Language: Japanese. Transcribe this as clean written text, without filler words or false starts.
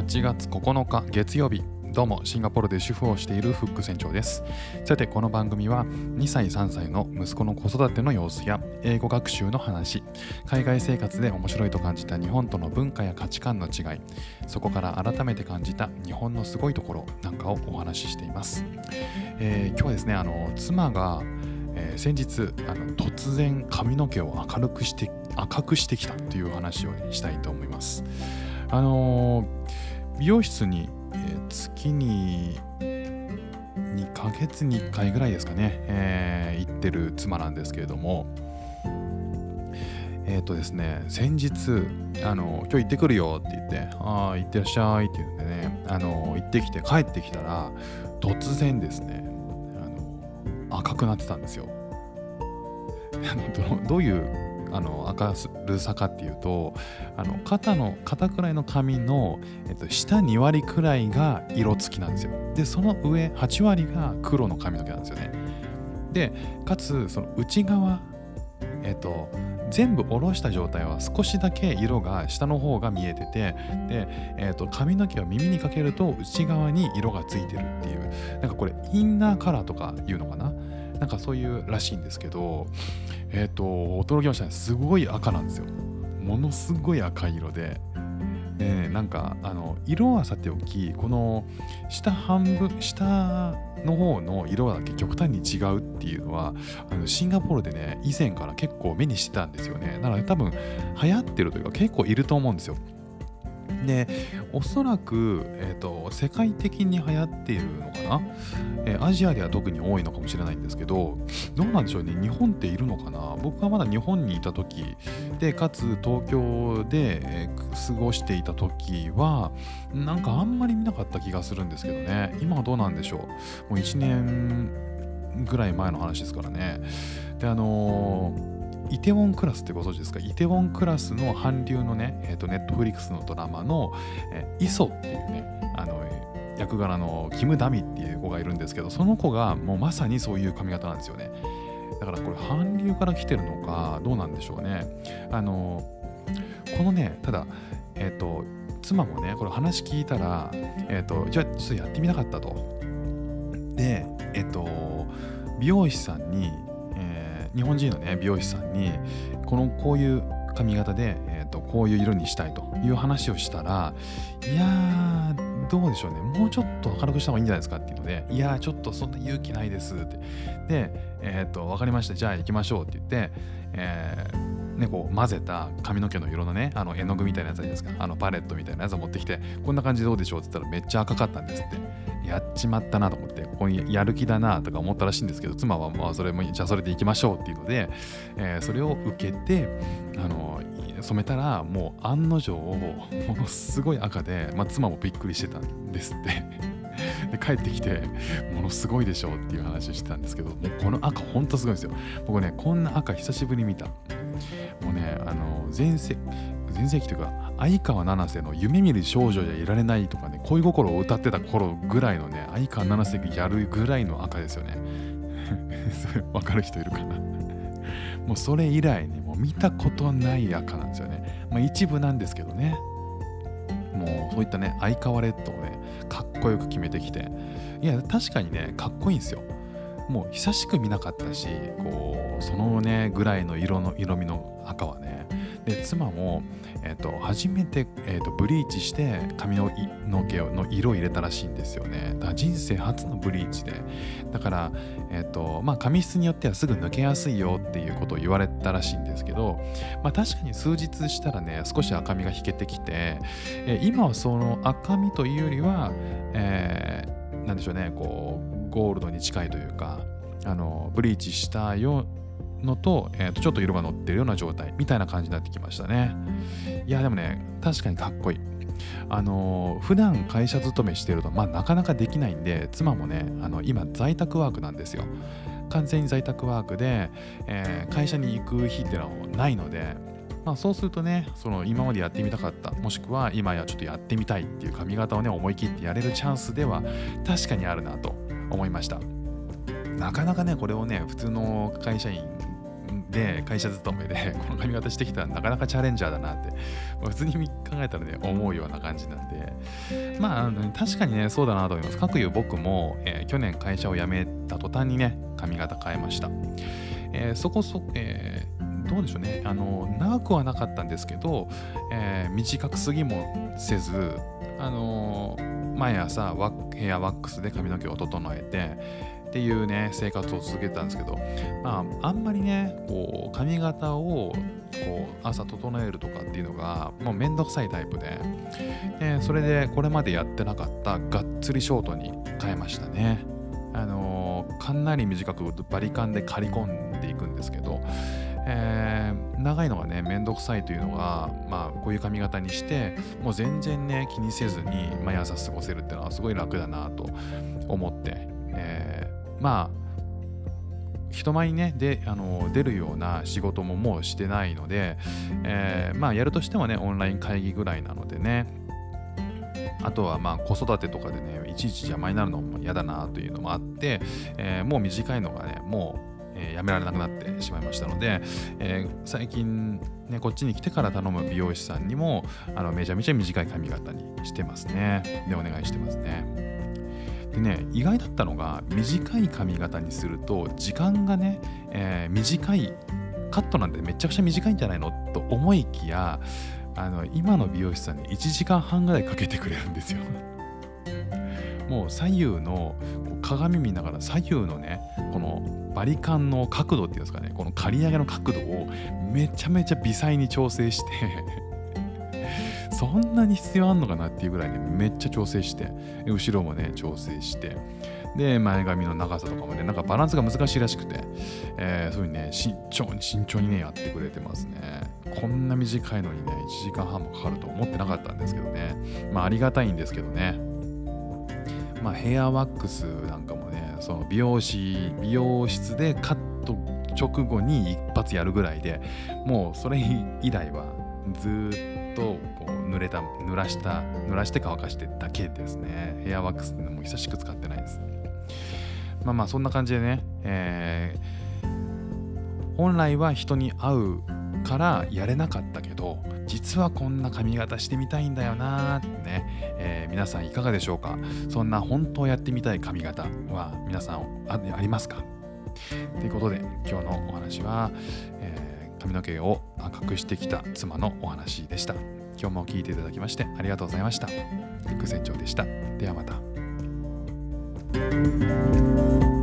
8月9日月曜日、どうもシンガポールで主婦をしているフック船長です。さて、この番組は2歳3歳の息子の子育ての様子や英語学習の話、海外生活で面白いと感じた日本との文化や価値観の違い、そこから改めて感じた日本のすごいところなんかをお話ししています。今日はですね、妻が先日突然髪の毛を赤くしてきたという話をしたいと思います。美容室に、月に2ヶ月に1回ぐらいですかね、行ってる妻なんですけれども、ですね、先日今日行ってくるよって言って、行ってらっしゃいって言うんでね、行ってきて帰ってきたら突然ですね、赤くなってたんですよ。どういう赤るさかっていうと、肩くらいの髪の、下2割くらいが色付きなんですよ。でその上8割が黒の髪の毛なんですよね。でかつその内側、全部下ろした状態は少しだけ色が下の方が見えてて、で、髪の毛を耳にかけると内側に色がついてるっていう、なんかこれインナーカラーとかいうのかな、なんかそういうらしいんですけど、驚きましたね。すごい赤なんですよ。ものすごい赤い色で、なんか色はさておき、この下の方の色だけ極端に違うっていうのはシンガポールでね、以前から結構目にしてたんですよね。なので多分流行ってるというか結構いると思うんですよ。でおそらく、世界的に流行っているのかな、アジアでは特に多いのかもしれないんですけど、どうなんでしょうね、日本っているのかな。僕はまだ日本にいた時で、かつ東京で、過ごしていた時はなんかあんまり見なかった気がするんですけどね。今はどうなんでしょう。もう1年ぐらい前の話ですからね。でイテウォンクラスってご存知ですか？イテウォンクラスの韓流のね、ネットフリックスのドラマの、イソっていうね、役柄のキム・ダミっていう子がいるんですけど、その子がもうまさにそういう髪型なんですよね。だからこれ韓流から来てるのかどうなんでしょうね。このね、ただ妻もね、これ話聞いたら、じゃあちょっとやってみたかったと。で美容師さんに、日本人のね美容師さんにこういう髪型で、こういう色にしたいという話をしたら、いやーどうでしょうね、もうちょっと明るくした方がいいんじゃないですかっていうので、いやーちょっとそんな勇気ないですって。で分かりました、じゃあ行きましょうって言って、こう混ぜた髪の毛の色のね、絵の具みたいなやつあるじゃないですか、パレットみたいなやつを持ってきて、こんな感じでどうでしょうって言ったらめっちゃ赤かったんですって。やっちまったなと思って、ここにやる気だなとか思ったらしいんですけど、妻はまあそれもじゃあそれで行きましょうっていうので、それを受けて染めたら、もう案の定ものすごい赤で、妻もびっくりしてたんですってで帰ってきて、ものすごいでしょうっていう話をしてたんですけど、もうこの赤ほんとすごいんですよ。僕ね、こんな赤久しぶりに見た。もうね、全盛期というか、相川七瀬の夢見る少女じゃいられないとかね、恋心を歌ってた頃ぐらいのね、相川七瀬がやるぐらいの赤ですよねそれ分かる人いるかなもうそれ以来ね、もう見たことない赤なんですよね。一部なんですけどね、もうそういったね、相川レッドをね、かっこよく決めてきて、いや確かにね、かっこいいんですよ。もう久しく見なかったし、こうそのねぐらいの色味の赤はね。で妻も、初めて、ブリーチして髪の毛の色を入れたらしいんですよね。だから人生初のブリーチで、だから、髪質によってはすぐ抜けやすいよっていうことを言われたらしいんですけど、確かに数日したらね、少し赤みが引けてきて、今はその赤みというよりは、なんでしょうね、こうゴールドに近いというか、ブリーチしたのと、ちょっと色が乗ってるような状態みたいな感じになってきましたね。いやでもね、確かにかっこいい。普段会社勤めしてるとなかなかできないんで、妻もね今在宅ワークなんですよ。完全に在宅ワークで、会社に行く日っていうのはないので、そうするとね、その今までやってみたかった、もしくは今やちょっとやってみたいっていう髪型をね、思い切ってやれるチャンスでは確かにあるなと思いました。なかなかね、これをね、普通の会社員で会社勤めでこの髪型してきたらなかなかチャレンジャーだなって普通に考えたらね思うような感じなんで、まあ確かにねそうだなと思います。かくいう僕も、去年会社を辞めた途端にね髪型変えました。そこそ、どうでしょうね、長くはなかったんですけど、短くすぎもせず、毎朝ヘアワックスで髪の毛を整えてっていうね生活を続けてたんですけど、まああんまりねこう髪型をこう朝整えるとかっていうのがもうめんどくさいタイプで、それでこれまでやってなかったがっつりショートに変えましたね。かなり短くバリカンで刈り込んでいくんですけど、長いのがねめんどくさいというのが、まあこういう髪型にしてもう全然ね気にせずに毎朝過ごせるっていうのはすごい楽だなと思って、まあ人前にね出るような仕事ももうしてないので、まあやるとしてもねオンライン会議ぐらいなのでね、あとはまあ子育てとかでねいちいち邪魔になるのも嫌だなというのもあって、もう短いのがねもう、やめられなくなってしまいましたので、最近ねこっちに来てから頼む美容師さんにもめちゃめちゃ短い髪型にしてますね。でお願いしてますね。でね意外だったのが短い髪型にすると時間がね、短いカットなんてめちゃくちゃ短いんじゃないのと思いきや今の美容師さんに1時間半ぐらいかけてくれるんですよ。もう左右の鏡見ながら左右のねこのバリカンの角度っていうんですかね、この刈り上げの角度をめちゃめちゃ微細に調整してそんなに必要あんのかなっていうぐらいねめっちゃ調整して、後ろもね調整して、で前髪の長さとかもねなんかバランスが難しいらしくて、そういうね慎重にねやってくれてますね。こんな短いのにね1時間半もかかると思ってなかったんですけどね、まあありがたいんですけどね。まあヘアワックスなんかもねその美容室でカット直後に一発やるぐらいで、もうそれ以来はずっとこう濡らして乾かしてだけですね。ヘアワックスってもう久しく使ってないです。まあそんな感じでね、本来は人に会うからやれなかったけど実はこんな髪型してみたいんだよなーってね、皆さんいかがでしょうか。そんな本当やってみたい髪型は皆さんありますかということで今日のお話は、髪の毛を赤くしてきた妻のお話でした。今日も聞いていただきましてありがとうございました。テック船長でした。ではまた。